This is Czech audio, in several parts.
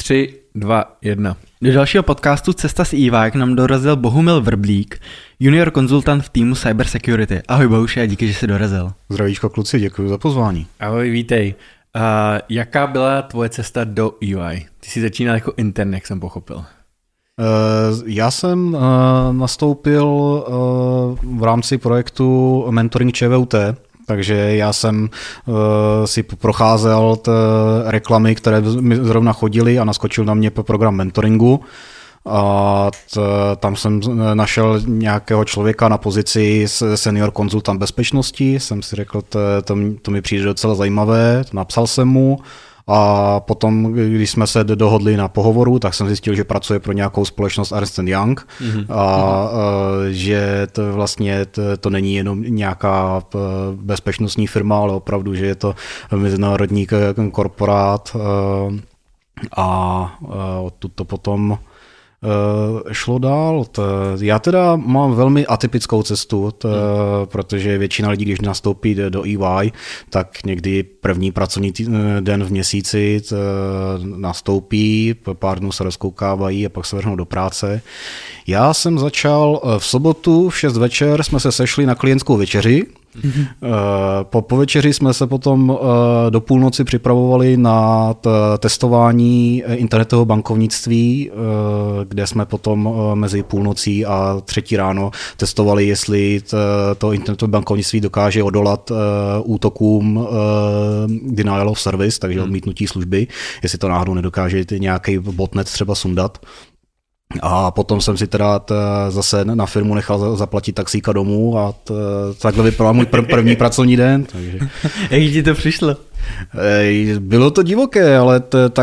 3, 2, 1. Do dalšího podcastu Cesta s EY k nám dorazil Bohumil Vrblík, junior konzultant v týmu Cybersecurity. Ahoj Bohuši a díky, že jsi dorazil. Zdravíčko kluci, děkuji za pozvání. Ahoj, vítej. Jaká byla tvoje cesta do EY? Ty jsi začínal jako intern, jak jsem pochopil. Já jsem nastoupil v rámci projektu Mentoring ČVUT, takže já jsem si procházel reklamy, které mi zrovna chodily a naskočil na mě program mentoringu. A tam jsem našel nějakého člověka na pozici senior konzultant bezpečnosti. Jsem si řekl, to mi přijde docela zajímavé, napsal jsem mu. A potom, když jsme se dohodli na pohovoru, tak jsem zjistil, že pracuje pro nějakou společnost Ernst & Young a že to vlastně to není jenom nějaká bezpečnostní firma, ale opravdu, že je to mezinárodní korporát a odtud to potom šlo dál. Já teda mám velmi atypickou cestu, protože většina lidí, když nastoupí do EY, tak někdy první pracovní den v měsíci nastoupí, pár dnů se rozkoukávají a pak se vrhnou do práce. Já jsem začal v sobotu v 6 večer, jsme se sešli na klientskou večeři. Po večeři jsme se potom do půlnoci připravovali na testování internetového bankovnictví, kde jsme potom mezi půlnocí a 3 ráno testovali, jestli to internetové bankovnictví dokáže odolat útokům denial of service, takže odmítnutí služby, jestli to náhodou nedokáže nějaký botnet třeba sundat. A potom jsem si teda zase na firmu nechal zaplatit taxíka domů a takhle vypadal můj první pracovní den. Takže. Jak ti to přišlo? Bylo to divoké, ale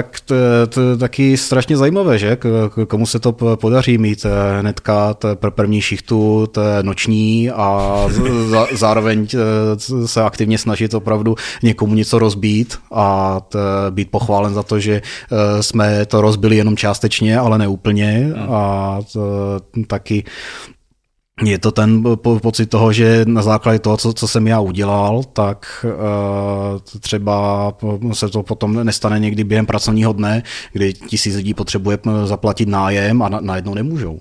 taky strašně zajímavé, že? Komu se to podaří mít hnedka první šichtu noční a zároveň se aktivně snažit opravdu někomu něco rozbít a být pochválen za to, že jsme to rozbili jenom částečně, ale ne úplně a taky je to ten pocit toho, že na základě toho, co jsem já udělal, tak třeba se to potom nestane někdy během pracovního dne, kdy 1000 lidí potřebuje zaplatit nájem a najednou nemůžou.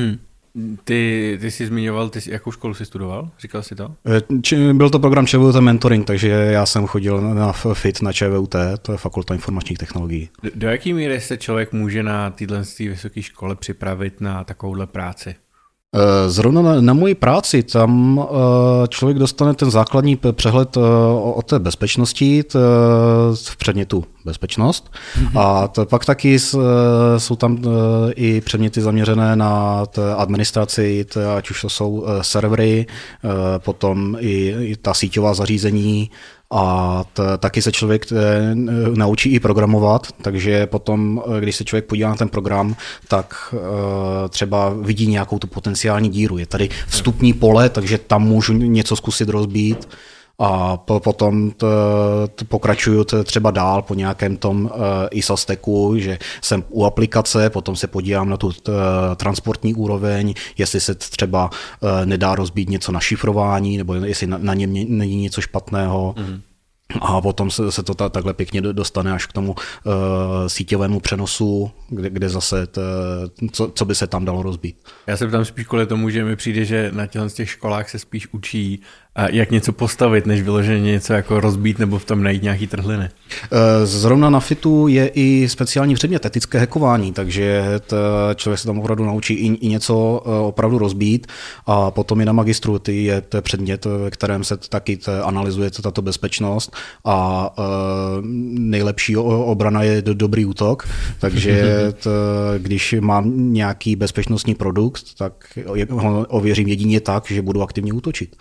Ty jsi zmiňoval, jakou školu jsi studoval? Říkal jsi to? Byl to program ČVUT Mentoring, takže já jsem chodil na FIT na ČVUT, to je Fakulta informačních technologií. Do jaké míry se člověk může na této vysoké škole připravit na takovouhle práci? Zrovna na moji práci, tam člověk dostane ten základní přehled o té bezpečnosti v předmětu bezpečnost a pak taky jsou tam i předměty zaměřené na administraci, ať už to jsou servery, potom i ta síťová zařízení a taky se člověk naučí i programovat, takže potom, když se člověk podívá na ten program, tak třeba vidí nějakou tu potenciální díru. Je tady vstupní pole, takže tam můžu něco zkusit rozbít a potom pokračuju třeba dál po nějakém tom ISO stacku, že jsem u aplikace, potom se podívám na tu transportní úroveň, jestli se třeba nedá rozbít něco na šifrování, nebo jestli na něm není něco špatného. A potom se to takhle pěkně dostane až k tomu síťovému přenosu, kde zase co by se tam dalo rozbít. Já se ptám spíš kvůli tomu, že mi přijde, že na těch školách se spíš učí, jak něco postavit, než vyloženě něco jako rozbít nebo v tom najít nějaký trhliny. Zrovna na FITu je i speciální předmět etické hackování, takže člověk se tam opravdu naučí i něco opravdu rozbít a potom i na magistru je předmět, ve kterém se taky analyzuje tato bezpečnost a nejlepší obrana je dobrý útok, takže když mám nějaký bezpečnostní produkt, tak ho ověřím jedině tak, že budu aktivně útočit.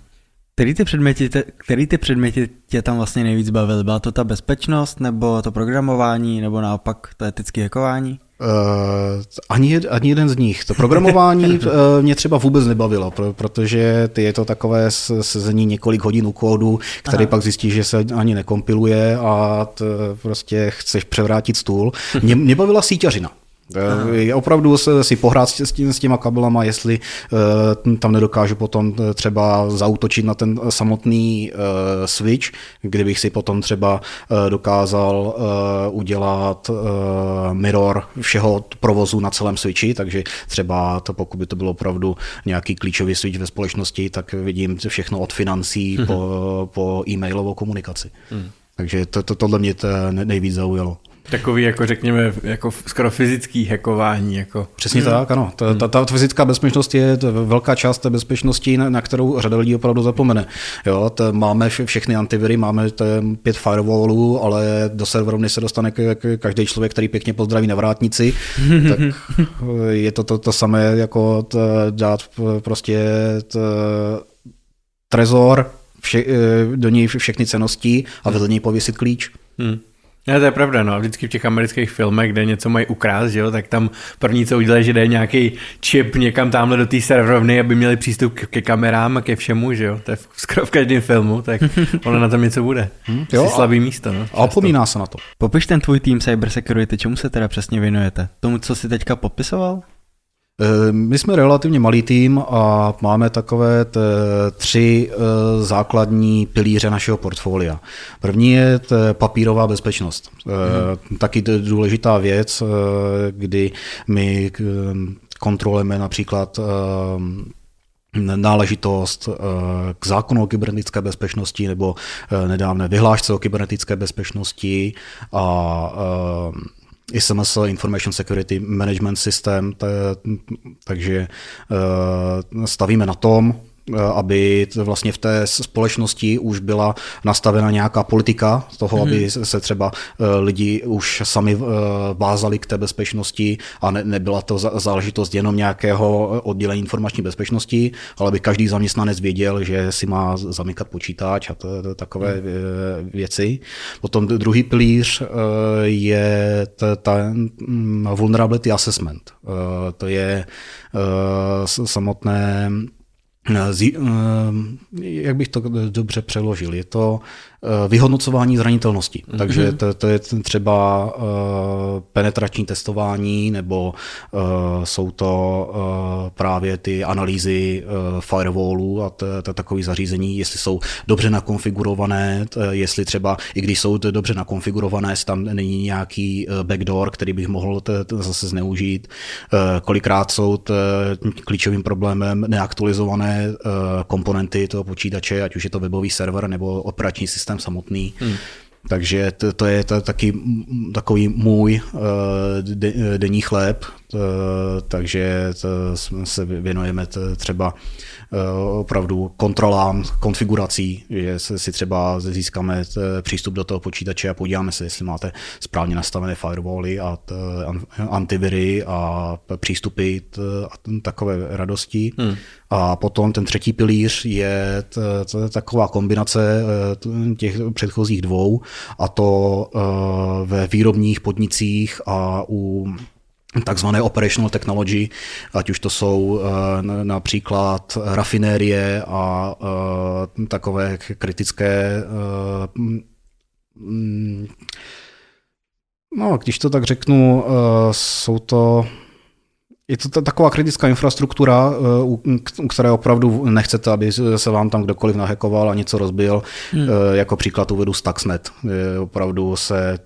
Který ty předměty tě tam vlastně nejvíc bavily? Byla to ta bezpečnost, nebo to programování, nebo naopak to etické hackování? Ani jeden z nich. To programování mě třeba vůbec nebavilo, protože je to takové sezení několik hodin u kódu, který pak zjistí, že se ani nekompiluje a prostě chceš převrátit stůl. Mě bavila síťařina. Opravdu si pohrát s těma kabelama, jestli tam nedokážu potom třeba zaútočit na ten samotný switch, kdybych si potom třeba dokázal udělat mirror všeho provozu na celém switchi, takže třeba to, pokud by to bylo opravdu nějaký klíčový switch ve společnosti, tak vidím všechno od financí po e-mailovou komunikaci. Takže tohle mě nejvíc zaujalo. Takový, jako řekněme, jako skoro fyzický hackování. Jako. Přesně tak, ano. Ta fyzická bezpečnost je velká část té bezpečnosti, na kterou řada lidí opravdu zapomene. Jo, máme všechny antiviry, máme 5 firewallů, ale do serverovny se dostane každý člověk, který pěkně pozdraví na vrátnici, tak je to samé, jako dát prostě trezor, do něj všechny cennosti a vedle něj pověsit klíč. Ne, to je pravda, no. Vždycky v těch amerických filmech, kde něco mají ukrást, jo, tak tam první, co udělají, že jde nějaký čip někam tamhle do té serverovny, aby měli přístup ke kamerám a ke všemu, že jo. To je skoro v každém filmu, tak ono na tom něco bude. Jo, slabý místo, no. A opomíná se na to. Popiš ten tvůj tým cybersecurity, čemu se teda přesně věnujete? Tomu, co jsi teďka popisoval? My jsme relativně malý tým a máme takové 3 základní pilíře našeho portfolia. První je papírová bezpečnost. Taky důležitá věc, kdy my kontrolujeme například náležitost k zákonu o kybernetické bezpečnosti nebo nedávné vyhlášce o kybernetické bezpečnosti a SMS, Information Security Management System, takže stavíme na tom, aby vlastně v té společnosti už byla nastavena nějaká politika toho, aby se třeba lidi už sami vázali k té bezpečnosti a nebyla to záležitost jenom nějakého oddělení informační bezpečnosti, ale aby každý zaměstnanec věděl, že si má zamykat počítač a takové věci. Potom druhý pilíř je ta vulnerability assessment. To je samotné, jak bych to dobře přeložil, je to vyhodnocování zranitelnosti. Takže to je třeba penetrační testování, nebo jsou to právě ty analýzy firewallů a takové zařízení, jestli jsou dobře nakonfigurované, jestli třeba, i když jsou dobře nakonfigurované, tam není nějaký backdoor, který bych mohl zase zneužít. Kolikrát jsou klíčovým problémem neaktualizované komponenty toho počítače, ať už je to webový server nebo operační systém samotný. Takže to je taky takový můj denní chléb, takže se věnujeme třeba opravdu kontrolám, konfigurací, že si třeba získáme přístup do toho počítače a podíváme se, jestli máte správně nastavené firewally a antiviry a přístupy a takové radosti. A potom ten třetí pilíř je taková kombinace těch předchozích 2, a to ve výrobních podnicích a u takzvané operational technology, ať už to jsou například rafinérie a takové kritické, no, když to tak řeknu, je to taková kritická infrastruktura, u které opravdu nechcete, aby se vám tam kdokoliv nahackoval a něco rozbil. Jako příklad uvedu Stuxnet. Opravdu se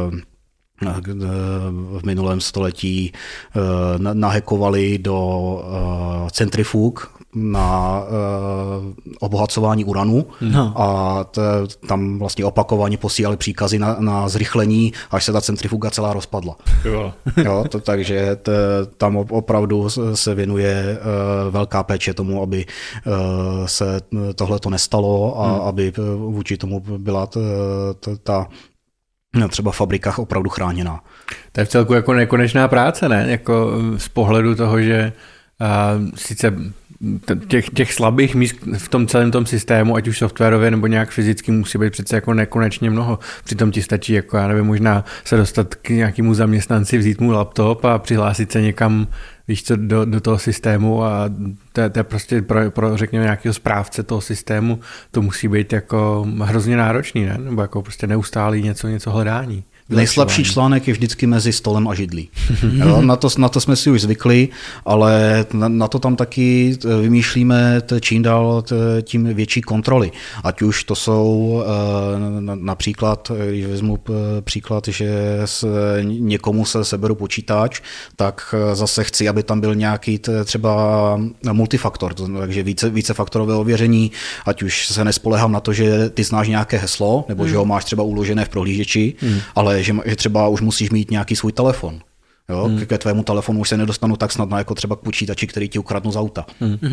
v minulém století nahackovali do centrifug na obohacování uranu a tam vlastně opakovaně posílali příkazy na zrychlení, až se ta centrifuga celá rozpadla. Jo, takže tam opravdu se věnuje velká péče tomu, aby se tohleto nestalo a aby vůči tomu byla ta třeba v fabrikách opravdu chráněná. To je v celku jako nekonečná práce, ne? Jako z pohledu toho, že sice těch slabých míst v tom celém tom systému, ať už softwarově nebo nějak fyzicky, musí být přece jako nekonečně mnoho. Přitom ti stačí, jako já nevím, možná se dostat k nějakému zaměstnanci, vzít mu laptop a přihlásit se někam, víš co, do toho systému a to je prostě pro řekněme nějakého správce toho systému, to musí být jako hrozně náročný, ne? Nebo jako prostě neustálý něco hledání. Nejslabší článek je vždycky mezi stolem a židlí. Jo, na to jsme si už zvykli, ale na to tam taky vymýšlíme čím dál tím větší kontroly. Ať už to jsou například, když vezmu příklad, že někomu se seberu počítač, tak zase chci, aby tam byl nějaký třeba multifaktor, takže vícefaktorové ověření, ať už se nespoléhám na to, že ty znáš nějaké heslo, nebo že ho máš třeba uložené v prohlížeči, ale že třeba už musíš mít nějaký svůj telefon. Jo? Ke tvému telefonu už se nedostanu tak snadno jako třeba k počítači, který ti ukradnu z auta.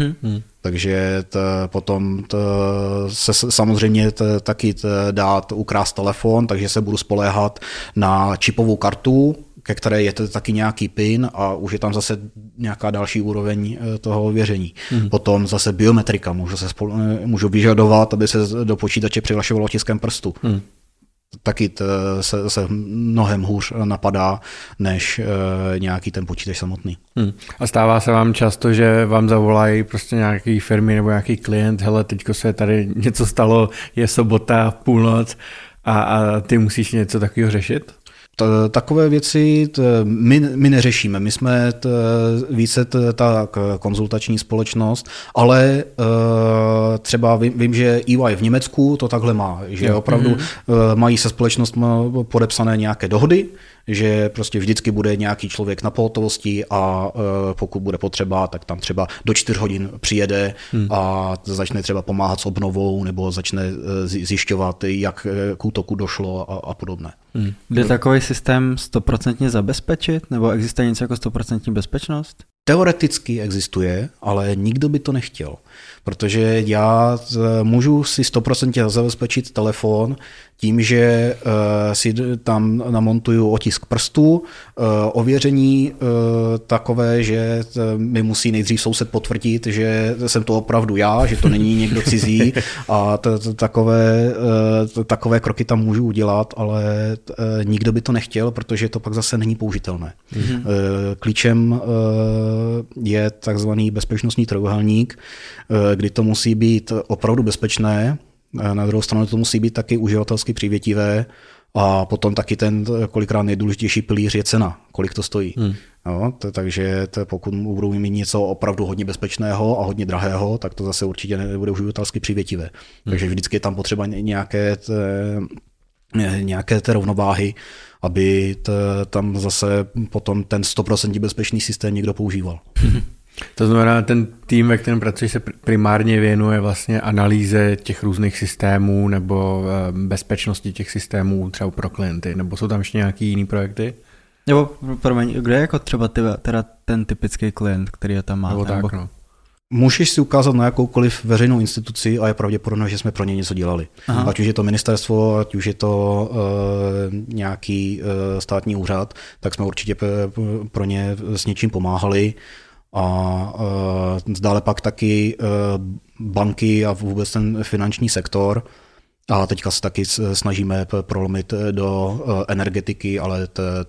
Takže potom se samozřejmě taky dát ukrást telefon, takže se budu spoléhat na čipovou kartu, ke které je taky nějaký PIN a už je tam zase nějaká další úroveň toho ověření. Potom zase biometrika, můžu vyžadovat, aby se do počítače přihlašovalo tiskem prstu. Taky se mnohem hůř napadá, než nějaký ten počítač samotný. A stává se vám často, že vám zavolají prostě nějaký firmy nebo nějaký klient, hele, teďko se tady něco stalo, je sobota, půlnoc a ty musíš něco takového řešit? Takové věci my neřešíme. My jsme více ta konzultační společnost, ale třeba vím, že EY v Německu to takhle má, že opravdu mají se společnost podepsané nějaké dohody, že prostě vždycky bude nějaký člověk na pohotovosti a pokud bude potřeba, tak tam třeba do 4 hodin přijede a začne třeba pomáhat s obnovou nebo začne zjišťovat, jak k útoku došlo a podobné. Jde takový systém 100% zabezpečit? Nebo existuje něco jako 100% bezpečnost? Teoreticky existuje, ale nikdo by to nechtěl, protože já můžu si 100% zabezpečit telefon tím, že si tam namontuju otisk prstu, ověření takové, že mi musí nejdřív soused potvrdit, že jsem to opravdu já, že to není někdo cizí a takové kroky tam můžu udělat, ale nikdo by to nechtěl, protože to pak zase není použitelné. Klíčem je takzvaný bezpečnostní trojúhelník, kdy to musí být opravdu bezpečné, na druhou stranu to musí být taky uživatelsky přívětivé a potom taky ten kolikrát nejdůležitější pilíř je cena, kolik to stojí. No, takže pokud budou mít něco opravdu hodně bezpečného a hodně drahého, tak to zase určitě nebude uživatelsky přívětivé. Takže vždycky je tam potřeba nějaké té rovnováhy, aby tam zase potom ten 100% bezpečný systém někdo používal. To znamená, ten tým, ve kterém pracuješ, se primárně věnuje vlastně analýze těch různých systémů nebo bezpečnosti těch systémů třeba pro klienty, nebo jsou tam ještě nějaký jiný projekty? Nebo promiň, kde je jako třeba teda ten typický klient, který je tam má? Nebo tak, no. Můžeš si ukázat na jakoukoliv veřejnou instituci a je pravděpodobné, že jsme pro ně něco dělali. Aha. Ať už je to ministerstvo, ať už je to nějaký státní úřad, tak jsme určitě pro ně s něčím pomáhali. A dále pak taky banky a vůbec ten finanční sektor. A teďka se taky snažíme prolomit do energetiky, ale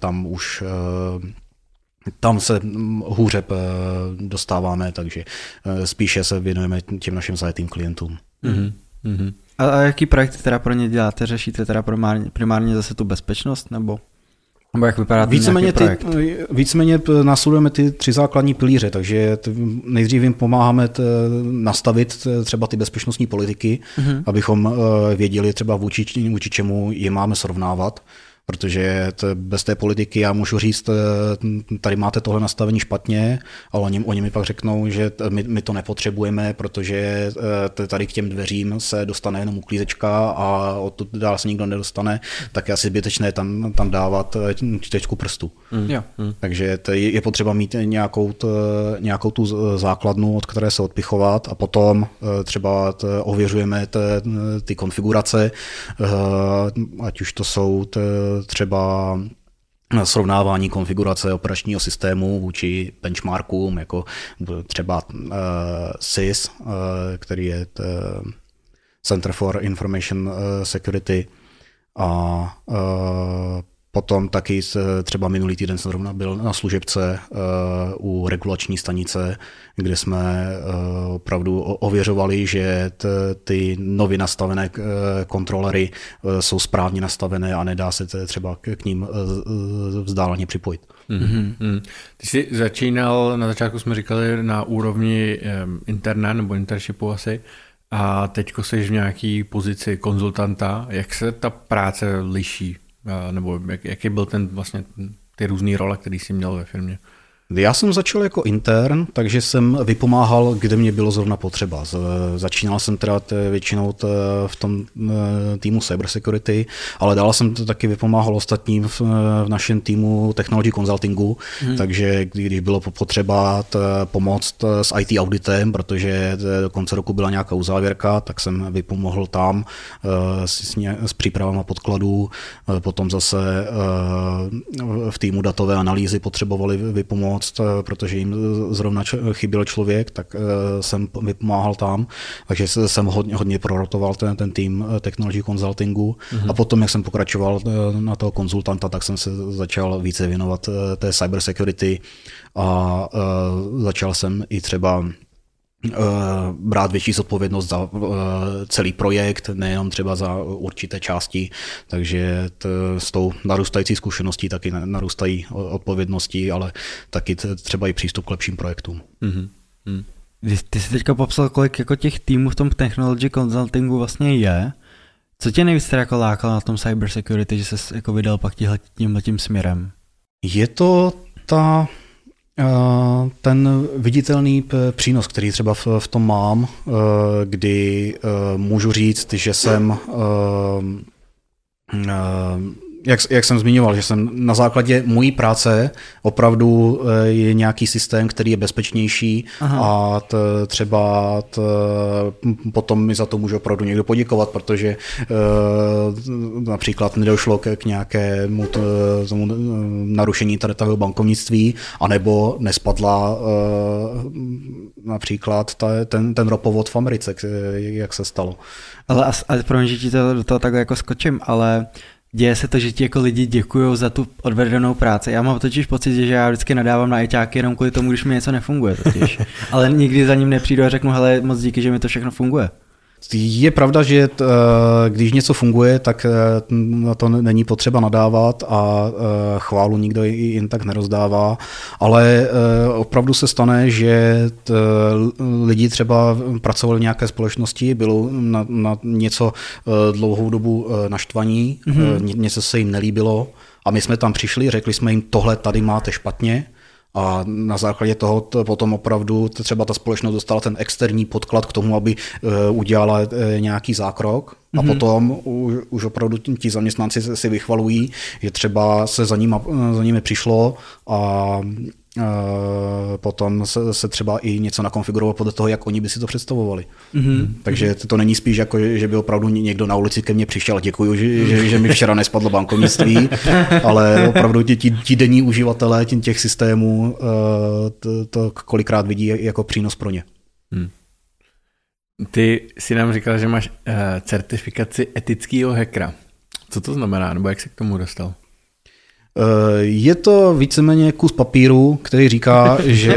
tam se hůře dostáváme, takže spíše se věnujeme těm našim zajetým klientům. Mm-hmm. A jaký projekt teda pro ně děláte? Řešíte teda primárně zase tu bezpečnost, nebo jak vypadá ten nějaký projekt? Víceméně následujeme ty 3 základní pilíře, takže nejdřív jim pomáháme nastavit třeba ty bezpečnostní politiky, abychom věděli třeba vůči čemu je máme srovnávat. Protože bez té politiky já můžu říct, tady máte tohle nastavení špatně, ale oni mi pak řeknou, že my to nepotřebujeme, protože tady k těm dveřím se dostane jenom uklízečka a odtud dál se nikdo nedostane, tak je asi zbytečné tam dávat čtečku prstu. Takže je potřeba mít nějakou tu základnu, od které se odpichovat a potom třeba ověřujeme ty konfigurace, ať už to jsou třeba srovnávání konfigurace operačního systému vůči benchmarkům, jako třeba CIS, který je Center for Information Security, a Potom taky třeba minulý týden jsem zrovna byl na služebce u regulační stanice, kde jsme opravdu ověřovali, že ty nově nastavené kontrolery jsou správně nastavené a nedá se třeba k ním vzdáleně připojit. Mm-hmm. Ty jsi začínal, na začátku jsme říkali, na úrovni interna nebo internshipu asi, a teďko jsi v nějaký pozici konzultanta. Jak se ta práce liší? Nebo jaký byl ten vlastně ty různý role, který jsi měl ve firmě? Já jsem začal jako intern, takže jsem vypomáhal, kde mě bylo zrovna potřeba. Začínal jsem teda většinou v tom týmu cybersecurity, ale dál jsem to taky vypomáhal ostatním v našem týmu technology consultingu, takže když bylo potřeba pomoct s IT auditem, protože do konce roku byla nějaká uzávěrka, tak jsem vypomohl tam s přípravama podkladů, potom zase v týmu datové analýzy potřebovali vypomoct, protože jim zrovna chyběl člověk, tak jsem vypomáhal tam, takže jsem hodně prorotoval ten tým technology consultingu a potom, jak jsem pokračoval na toho konzultanta, tak jsem se začal více věnovat té cyber security a začal jsem i třeba brát větší zodpovědnost za celý projekt, nejenom třeba za určité části, takže s tou narůstající zkušeností taky narůstají odpovědnosti, ale taky třeba i přístup k lepším projektům. Mm-hmm. Ty jsi teďka popsal, kolik jako těch týmů v tom technology consultingu vlastně je. Co tě nejvíc jako lákalo na tom cyber security, že jsi jako vydal pak tímhletím směrem? Je to ten viditelný přínos, který třeba v tom mám, kdy můžu říct, že jsem, jak jsem zmiňoval, že jsem na základě mojí práce opravdu je nějaký systém, který je bezpečnější. Aha. A třeba potom mi za to může opravdu někdo poděkovat, protože například nedošlo k nějakému tomu narušení internetového bankovnictví, anebo nespadla například ten ropovod v Americe, jak se stalo. Ale promiň, že ti to do toho takhle jako skočím, ale děje se to, že ti jako lidi děkujou za tu odvedenou práci. Já mám totiž pocit, že já vždycky nadávám na ajťáky jenom kvůli tomu, když mi něco nefunguje totiž. Ale nikdy za ním nepřijdu a řeknu, hele, moc díky, že mi to všechno funguje. Je pravda, že když něco funguje, tak na to není potřeba nadávat a chválu nikdo jen tak nerozdává, ale opravdu se stane, že lidi třeba pracovali v nějaké společnosti, bylo na něco dlouhou dobu naštvaní, něco se jim nelíbilo a my jsme tam přišli, řekli jsme jim, tohle tady máte špatně. A na základě toho potom opravdu třeba ta společnost dostala ten externí podklad k tomu, aby udělala nějaký zákrok. A potom už opravdu ti zaměstnanci si vychvalují, že třeba se za nimi přišlo a potom se třeba i něco nakonfigurovalo podle toho, jak oni by si to představovali. Takže to není spíš jako, že by opravdu někdo na ulici ke mně přišel, děkuju, že mi včera nespadlo bankovnictví, ale opravdu ti denní uživatelé těch systémů to kolikrát vidí jako přínos pro ně. Ty si nám říkal, že máš certifikaci etického hackera. Co to znamená, nebo jak se k tomu dostal? Je to víceméně kus papíru, který říká, že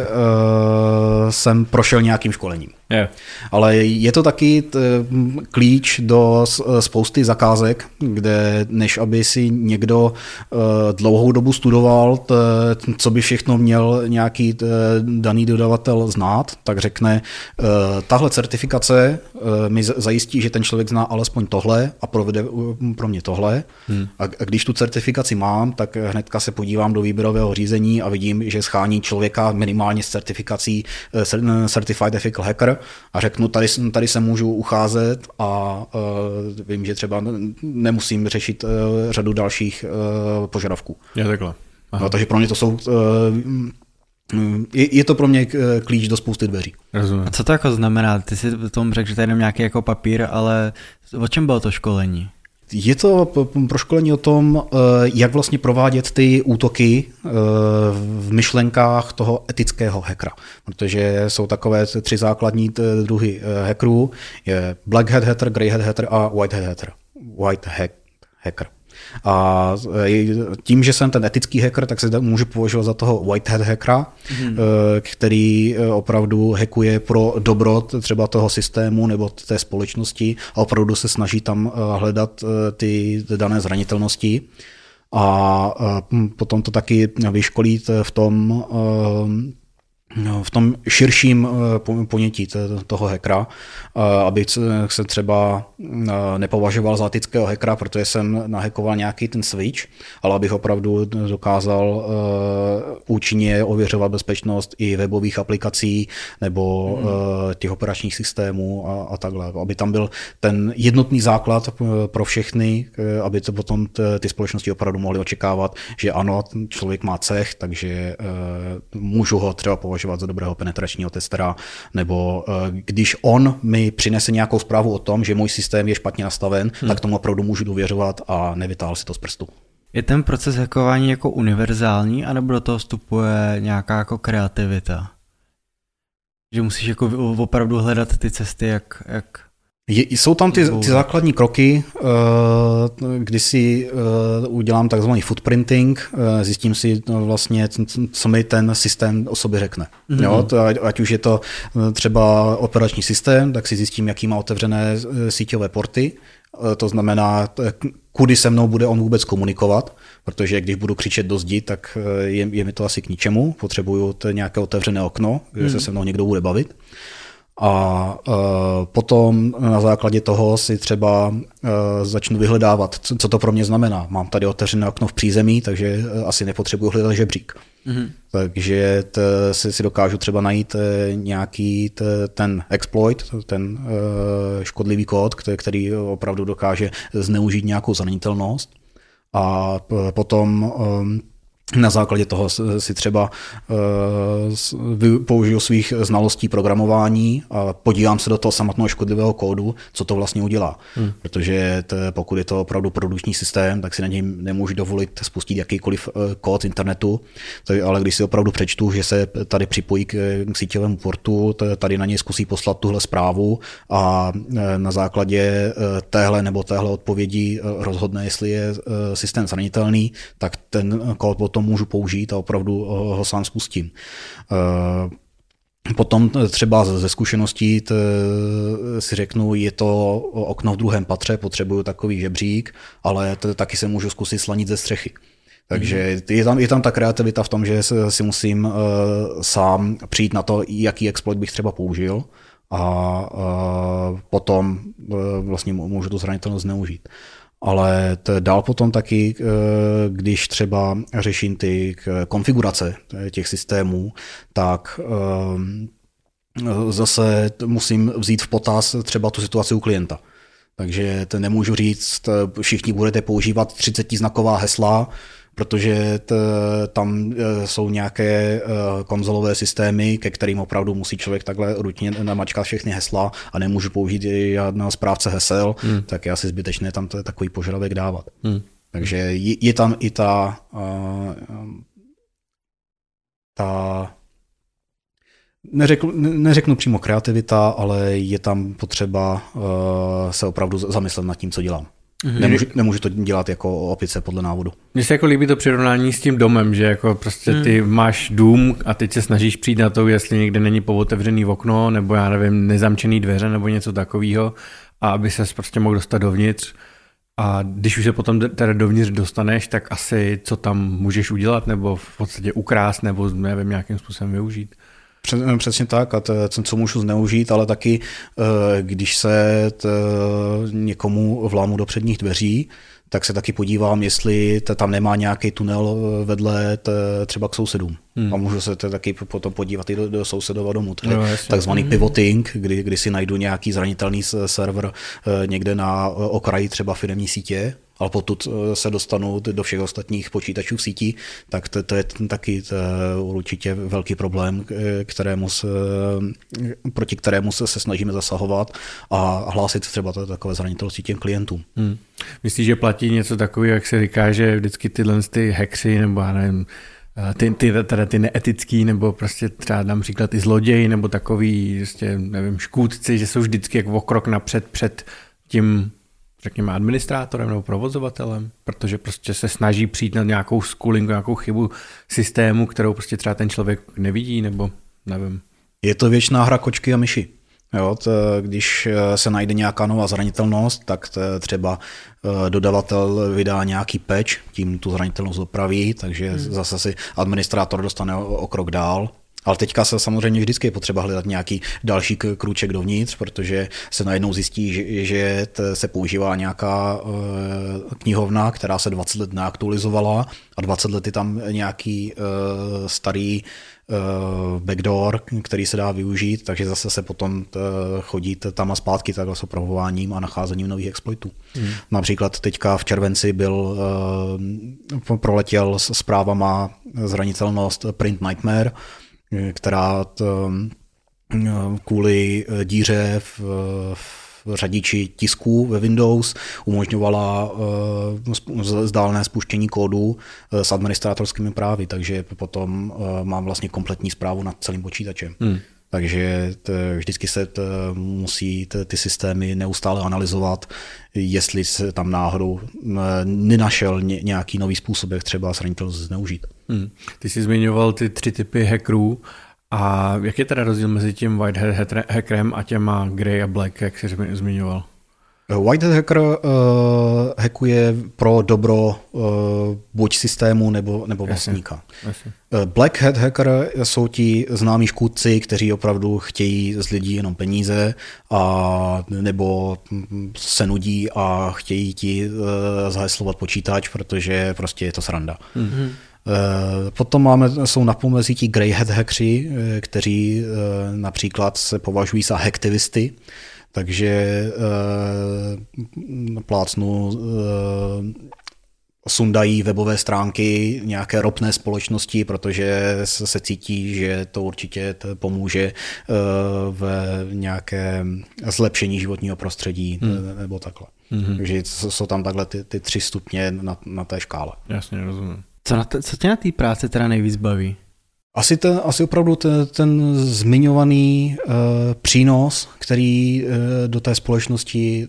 jsem prošel nějakým školením. Yeah. Ale je to taky klíč do spousty zakázek, kde než aby si někdo dlouhou dobu studoval, co by všechno měl nějaký daný dodavatel znát, tak řekne, tahle certifikace mi zajistí, že ten člověk zná alespoň tohle a provede pro mě tohle. A když tu certifikaci mám, tak hnedka se podívám do výběrového řízení a vidím, že schání člověka minimálně s certifikací Certified Ethical Hacker a řeknu, tady se můžu ucházet a vím, že třeba nemusím řešit řadu dalších požadavků. Je takhle. No, takže pro mě to jsou... Je to pro mě klíč do spousty dveří. Rozumím. A co to jako znamená? Ty si tomu řekl, že to je jenom nějaký jako papír, ale o čem bylo to školení? Je to proškolení o tom, jak vlastně provádět ty útoky v myšlenkách toho etického hackera. Protože jsou takové 3 základní druhy hackerů. Je black hat hacker, grey hat hacker a white hat hacker. A tím, že jsem ten etický hacker, tak se můžu považovat za toho white hat hackera, který opravdu hackuje pro dobro třeba toho systému nebo té společnosti a opravdu se snaží tam hledat ty dané zranitelnosti. A potom to taky vyškolít v tom širším ponětí toho hackera, aby se třeba nepovažoval za etického hackera, protože jsem nahackoval nějaký ten switch, ale abych opravdu dokázal účinně ověřovat bezpečnost i webových aplikací nebo těch operačních systémů a takhle. Aby tam byl ten jednotný základ pro všechny, aby to potom ty společnosti opravdu mohly očekávat, že ano, člověk má cech, takže můžu ho třeba považovat za dobrého penetračního testera, nebo když on mi přinese nějakou zprávu o tom, že můj systém je špatně nastaven, tak tomu opravdu můžu důvěřovat a nevytáhl si to z prstu. Je ten proces hackování jako univerzální, anebo do toho vstupuje nějaká jako kreativita? Že musíš jako opravdu hledat ty cesty, jak... Jsou tam ty základní kroky, kdy si udělám takzvaný footprinting, zjistím si vlastně, co mi ten systém o sobě řekne. Jo, ať už je to třeba operační systém, tak si zjistím, jaký má otevřené síťové porty, to znamená, kudy se mnou bude on vůbec komunikovat, protože když budu křičet do zdi, tak je mi to asi k ničemu, potřebuju nějaké otevřené okno, kde se mnou někdo bude bavit. A potom na základě toho si třeba začnu vyhledávat, co to pro mě znamená. Mám tady otevřené okno v přízemí, takže asi nepotřebuji hledat žebřík. Takže si dokážu třeba najít nějaký ten exploit, ten škodlivý kód, který opravdu dokáže zneužít nějakou zranitelnost. A potom na základě toho si třeba použiju svých znalostí programování a podívám se do toho samotného škodlivého kódu, co to vlastně udělá. Protože pokud je to opravdu produkční systém, tak si na něj nemůžu dovolit spustit jakýkoliv kód z internetu, ale když si opravdu přečtu, že se tady připojí k síťovému portu, tady na něj zkusí poslat tuhle zprávu a na základě téhle nebo téhle odpovědi rozhodne, jestli je systém zranitelný, tak ten kód potom můžu použít a opravdu ho sám spustím. Potom třeba ze zkušeností si řeknu, je to okno v druhém patře, potřebuju takový žebřík, ale taky se můžu zkusit slanit ze střechy. Takže je tam ta kreativita v tom, že si musím sám přijít na to, jaký exploit bych třeba použil a potom vlastně můžu tu zranitelnost zneužít. Ale dál potom taky, když třeba řeším ty konfigurace těch systémů, tak zase musím vzít v potaz třeba tu situaci u klienta. Takže nemůžu říct, všichni budete používat 30znaková hesla, protože tam jsou nějaké konzolové systémy, ke kterým opravdu musí člověk takhle ručně namačkat všechny hesla a nemůžu použít žádného správce hesel, tak je asi zbytečné tam takový požadavek dávat. Takže je tam i ta neřeknu přímo kreativita, ale je tam potřeba se opravdu zamyslet nad tím, co dělám. Nemůžu to dělat jako opice podle návodu. Mně se jako líbí to přirovnání s tím domem, že jako prostě ty máš dům a teď se snažíš přijít na to, jestli někde není pootevřený okno, nebo já nevím, nezamčený dveře nebo něco takového, a aby ses prostě mohl dostat dovnitř. A když už se potom teda dovnitř dostaneš, tak asi co tam můžeš udělat, nebo v podstatě ukrást, nebo nevím, nějakým způsobem využít. Přesně tak, a co můžu zneužít, ale taky, když se někomu vlámu do předních dveří, tak se taky podívám, jestli tam nemá nějaký tunel vedle třeba k sousedům. A můžu se taky potom podívat i do sousedova domu. To je takzvaný pivoting, kdy si najdu nějaký zranitelný server někde na okraji třeba firemní sítě, ale pokud se dostanu do všech ostatních počítačů v síti, tak to je taky určitě velký problém, proti kterému se snažíme zasahovat a hlásit třeba takové zranitelnosti těm klientům. Myslíš, že platí něco takového, jak se říká, že vždycky tyhle hackři, nebo já nevím, ty neetický, nebo prostě třeba dám příklad i zloději, nebo takový, prostě, nevím, škůdci, že jsou vždycky jako o krok napřed před tím řekněme, administrátorem nebo provozovatelem, protože prostě se snaží přijít na nějakou skulinku, nějakou chybu systému, kterou prostě třeba ten člověk nevidí, nebo nevím. Je to věčná hra kočky a myši. Jo, když se najde nějaká nová zranitelnost, tak třeba dodavatel vydá nějaký patch, tím tu zranitelnost opraví, takže zase si administrátor dostane o krok dál. Ale teďka se samozřejmě vždycky je potřeba hledat nějaký další krůček dovnitř, protože se najednou zjistí, že se používá nějaká knihovna, která se 20 let neaktualizovala a 20 let je tam nějaký starý backdoor, který se dá využít, takže zase se potom chodí tam a zpátky takhle s opravováním a nacházením nových exploitů. Například teďka v červenci proletěl zprávama zranitelnost Print Nightmare, která kvůli díře v řadiči tisků ve Windows umožňovala zdálné spuštění kódu s administrátorskými právy, takže potom mám vlastně kompletní zprávu nad celým počítačem. Takže vždycky se musí ty systémy neustále analyzovat, jestli se tam náhodou nenašel nějaký nový způsob, jak třeba zranitelnost zneužít. Ty jsi zmiňoval ty 3 typy hackerů a jak je teda rozdíl mezi tím white hat hackerem a těma grey a black, jak jsi zmiňoval? White hat hacker hackuje pro dobro buď systému nebo vlastníka. Jasně. Black hat hacker jsou ti známí škůdci, kteří opravdu chtějí z lidí jenom peníze a nebo se nudí a chtějí ti zaheslovat počítač, protože prostě je to sranda. Potom jsou na pomezí ti grey hat hackři, kteří například se považují za hacktivisty, takže plácnu sundají webové stránky nějaké ropné společnosti, protože se cítí, že to určitě pomůže v nějakém zlepšení životního prostředí nebo takhle. Takže jsou tam takhle ty 3 stupně na té škále. Jasně, rozumím. Co tě na té práci teda nejvíc baví? Asi opravdu ten zmiňovaný přínos, který do té společnosti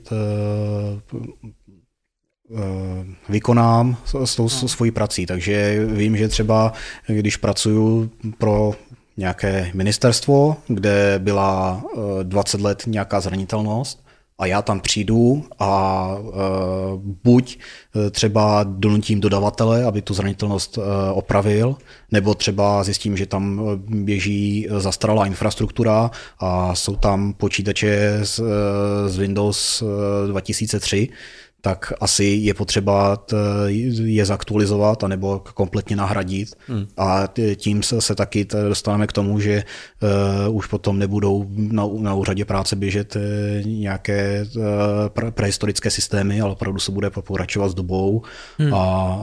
vykonám s tou svojí prací. Takže vím, že třeba když pracuju pro nějaké ministerstvo, kde byla 20 let nějaká zranitelnost, a já tam přijdu a buď třeba donutím dodavatele, aby tu zranitelnost opravil, nebo třeba zjistím, že tam běží zastaralá infrastruktura a jsou tam počítače z Windows 2003, tak asi je potřeba je zaktualizovat anebo kompletně nahradit. A tím se taky dostaneme k tomu, že už potom nebudou na úřadě práce běžet nějaké prehistorické systémy, ale opravdu se bude pokračovat s dobou a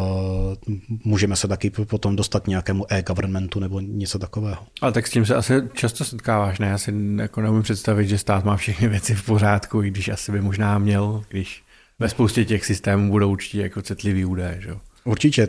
můžeme se taky potom dostat k nějakému e-governmentu nebo něco takového. Ale tak s tím se asi často setkáváš, ne? Já si jako neumím představit, že stát má všechny věci v pořádku, i když asi by možná měl, když ve spoustě těch systémů budou určitě jako citlivý údaje, že jo? Určitě,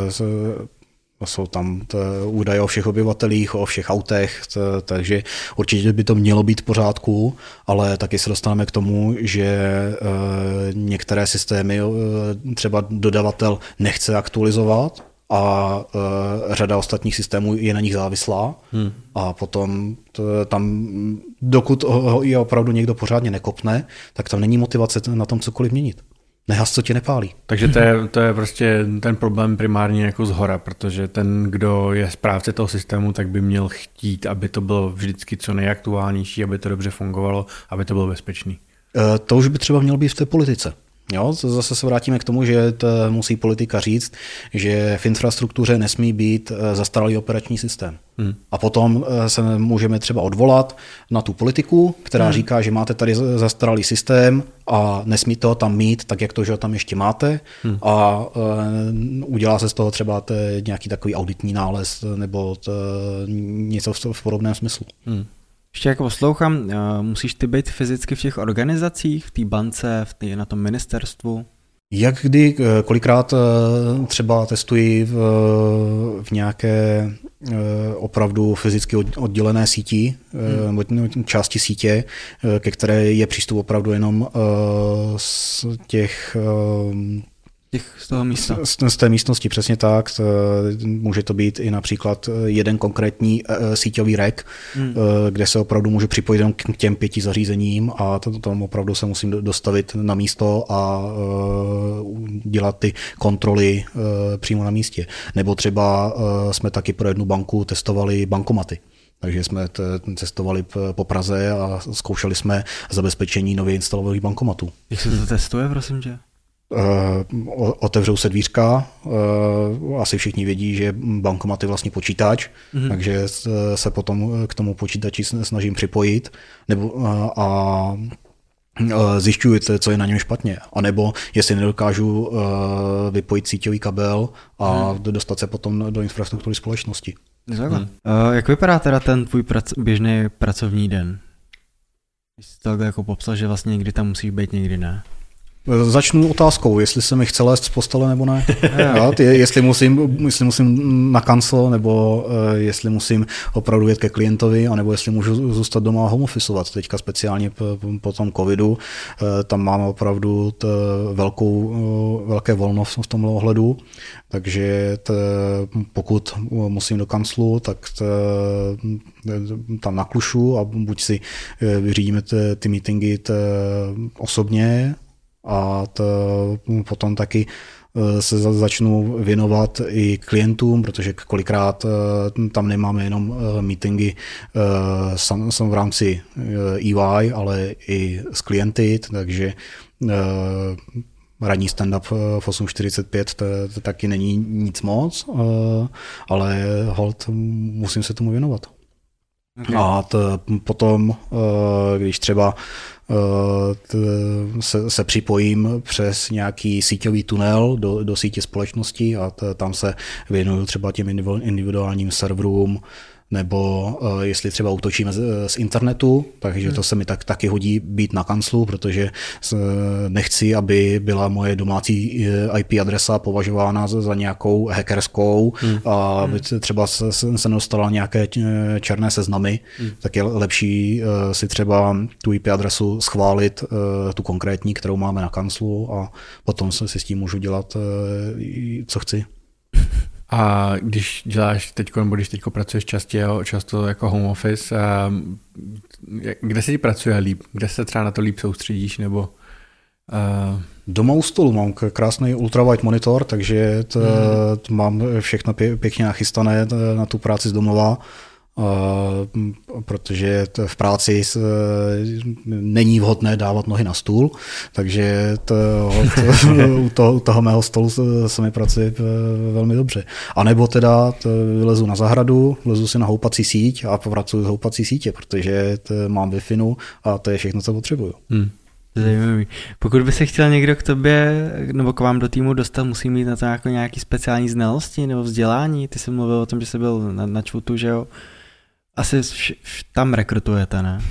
jsou tam údaje o všech obyvatelích, o všech autech, takže určitě by to mělo být v pořádku, ale taky se dostaneme k tomu, že některé systémy třeba dodavatel nechce aktualizovat a řada ostatních systémů je na nich závislá a potom tam, dokud je opravdu někdo pořádně nekopne, tak tam není motivace na tom cokoliv měnit. Nehas, co tě nepálí. Takže to je prostě ten problém primárně jako zhora, protože ten, kdo je správce toho systému, tak by měl chtít, aby to bylo vždycky co nejaktuálnější, aby to dobře fungovalo, aby to bylo bezpečný. To už by třeba mělo být v té politice. Jo, zase se vrátíme k tomu, že musí politika říct, že v infrastruktuře nesmí být zastaralý operační systém. A potom se můžeme třeba odvolat na tu politiku, která říká, že máte tady zastaralý systém a nesmíte ho tam mít, tak jak to, že ho tam ještě máte a udělá se z toho třeba nějaký takový auditní nález nebo něco v podobném smyslu. Ještě jako poslouchám, musíš ty být fyzicky v těch organizacích, v té bance, na tom ministerstvu? Jak kdy, kolikrát třeba testuji v nějaké opravdu fyzicky oddělené síti, části sítě, ke které je přístup opravdu jenom z toho místa. Z té místnosti, přesně tak. Může to být i například jeden konkrétní síťový rack, kde se opravdu můžu připojit jenom k těm 5 zařízením a tam opravdu se musím dostavit na místo a dělat ty kontroly přímo na místě. Nebo třeba jsme taky pro jednu banku testovali bankomaty. Takže jsme testovali po Praze a zkoušeli jsme zabezpečení nově instalovaných bankomatů. Jak se to testuje, prosím tě? Otevřou se dvířka, asi všichni vědí, že bankomat je vlastně počítač, takže se potom k tomu počítači snažím připojit a zjišťuji, co je na něm špatně. A nebo jestli nedokážu vypojit síťový kabel a dostat se potom do infrastruktury společnosti. Jak vypadá teda ten tvůj běžný pracovní den? Jsi to jako popsal, že vlastně někdy tam musíš být, někdy ne. Začnu otázkou, jestli se mi chce lézt z postele nebo ne. jestli musím na kancel, nebo jestli musím opravdu jet ke klientovi, anebo jestli můžu zůstat doma a home officeovat. Teďka speciálně po tom covidu, tam máme opravdu velké volno v tomhle ohledu, takže pokud musím do kanclu, tak tam naklušu a buď si vyřídíme ty meetingy osobně, a potom taky se začnu věnovat i klientům, protože kolikrát tam nemáme jenom meetingy v rámci EY, ale i s klienty, takže ranní stand-up v 8:45 to taky není nic moc, ale holt musím se tomu věnovat. Okay. A potom, když třeba se připojím přes nějaký síťový tunel do sítě společnosti a tam se věnuju třeba těm individuálním serverům, nebo jestli třeba útočíme z internetu, takže to se mi taky hodí být na kanclu, protože nechci, aby byla moje domácí IP adresa považována za nějakou hackerskou a aby třeba se nedostala nějaké černé seznamy, tak je lepší si třeba tu IP adresu schválit, tu konkrétní, kterou máme na kanclu a potom si s tím můžu dělat, co chci. A když děláš teďko, nebo když teďko pracuješ často jako home office, kde se ti pracuje líp? Kde se třeba na to líp soustředíš? Nebo, Doma u stolu mám krásný ultrawide monitor, takže mám všechno pěkně nachystané na tu práci z domova, protože v práci není vhodné dávat nohy na stůl, takže u toho mého stolu se mi pracuje velmi dobře. A nebo teda vylezu na zahradu, vlezu si na houpací síť a pracuji z houpací sítě, protože mám Wi-Fi a to je všechno, co potřebuju. Zajímavý. Pokud by se chtěl někdo k tobě nebo k vám do týmu dostat, musí mít na to jako nějaký speciální znalosti nebo vzdělání. Ty jsi mluvil o tom, že jsi byl na ČVUTu, že jo? Asi tam rekrutujete, ne?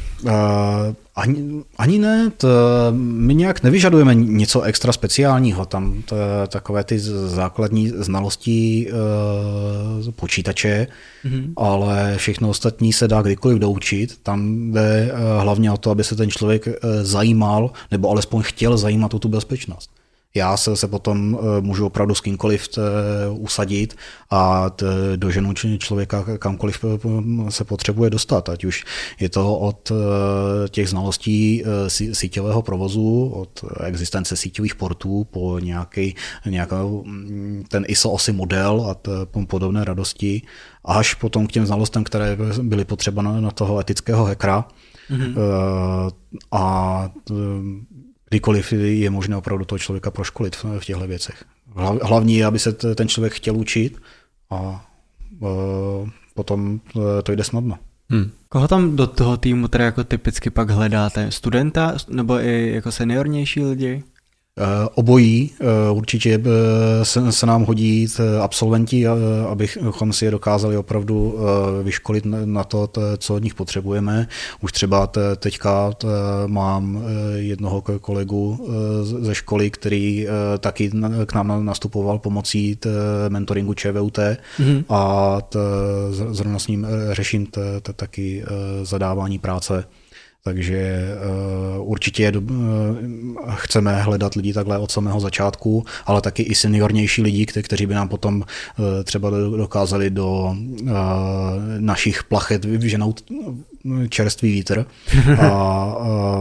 Ani ne, my nějak nevyžadujeme něco extra speciálního, tam takové ty základní znalosti počítače, ale všechno ostatní se dá kdykoliv doučit, tam jde hlavně o to, aby se ten člověk zajímal, nebo alespoň chtěl zajímat o tu bezpečnost. Já se potom můžu opravdu s kýmkoliv usadit a doženu člověka kamkoliv se potřebuje dostat, ať už je to od těch znalostí síťového provozu, od existence síťových portů po nějaký ten ISO 8 model a podobné radosti, až potom k těm znalostem, které byly potřeba na toho etického hackera. A kdykoliv je možné opravdu toho člověka proškolit v těchto věcech. Hlavní je, aby se ten člověk chtěl učit a potom to jde snadno. Koho tam do toho týmu teda jako typicky pak hledáte? Studenta nebo i jako seniornější lidi? Obojí. Určitě se nám hodí absolventi, abychom si je dokázali opravdu vyškolit na to, co od nich potřebujeme. Už třeba teďka mám jednoho kolegu ze školy, který taky k nám nastupoval pomocí mentoringu ČVUT a zrovna s ním řeším taky zadávání práce. Takže určitě chceme hledat lidi takhle od samého začátku, ale taky i seniornější lidi, kteří by nám potom třeba dokázali do našich plachet vyženout čerstvý vítr a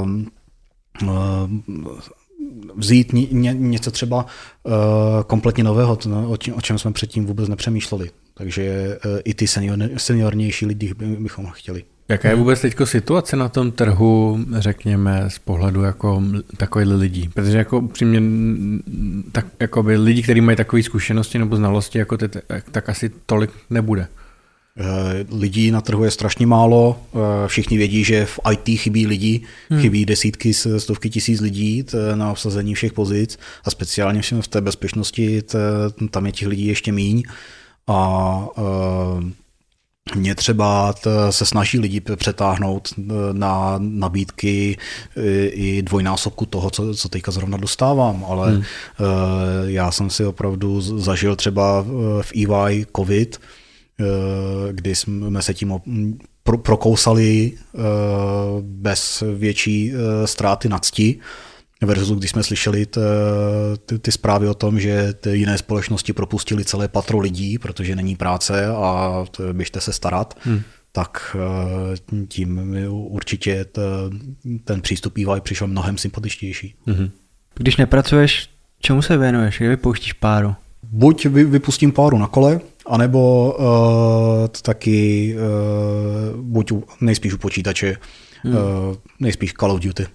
vzít něco třeba kompletně nového, o čem jsme předtím vůbec nepřemýšleli. Takže i ty seniornější lidi bychom chtěli. Jaká je vůbec teďko situace na tom trhu, řekněme, z pohledu jako takových lidí? Protože jako upřímně, tak jako by lidi, kteří mají takové zkušenosti nebo znalosti, jako ty, tak asi tolik nebude. Lidí na trhu je strašně málo, všichni vědí, že v IT chybí lidi, chybí desítky, stovky tisíc lidí na obsazení všech pozic a speciálně v té bezpečnosti tam je těch lidí ještě míň a mě třeba se snaží lidi přetáhnout na nabídky i dvojnásobku toho, co teďka zrovna dostávám, ale já jsem si opravdu zažil třeba v EY COVID, kdy jsme se tím prokousali bez větší ztráty na cti, versus když jsme slyšeli ty zprávy o tom, že ty jiné společnosti propustili celé patro lidí, protože není práce a běžte se starat, tak tím určitě ten přístup EY přišel mnohem sympatičtější. Když nepracuješ, čemu se věnuješ? Kdy vypouštíš páru? Buď vypustím páru na kole, anebo taky buď nejspíš u počítače, nejspíš Call of Duty.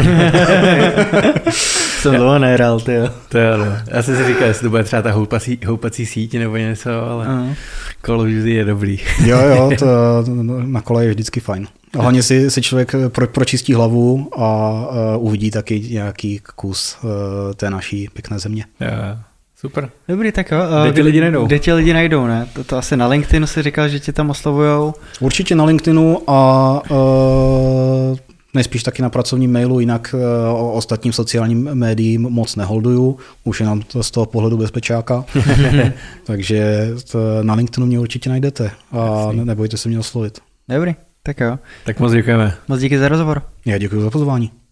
Jsem dlouho nehrál, tyjo. To jo, no. Já jsem si říkal, jestli to bude třeba ta houpací síť nebo něco, ale Call of Duty je dobrý. Jo, to na kole je vždycky fajn. A hlavně si člověk pročistí hlavu a uvidí taky nějaký kus té naší pěkné země. Jo. Super. Dobrý, tak jo. Kde ti lidi najdou? Kde ti lidi najdou, ne? To asi na LinkedInu si říkal, že tě tam oslovujou. Určitě na LinkedInu a nejspíš taky na pracovním mailu, jinak ostatním sociálním médiím moc neholduju, už jenom z toho pohledu bezpečáka. Takže na LinkedInu mě určitě najdete a nebojte se mě oslovit. Dobrý, tak jo. Tak moc děkujeme. Moc díky za rozhovor. Já děkuji za pozvání.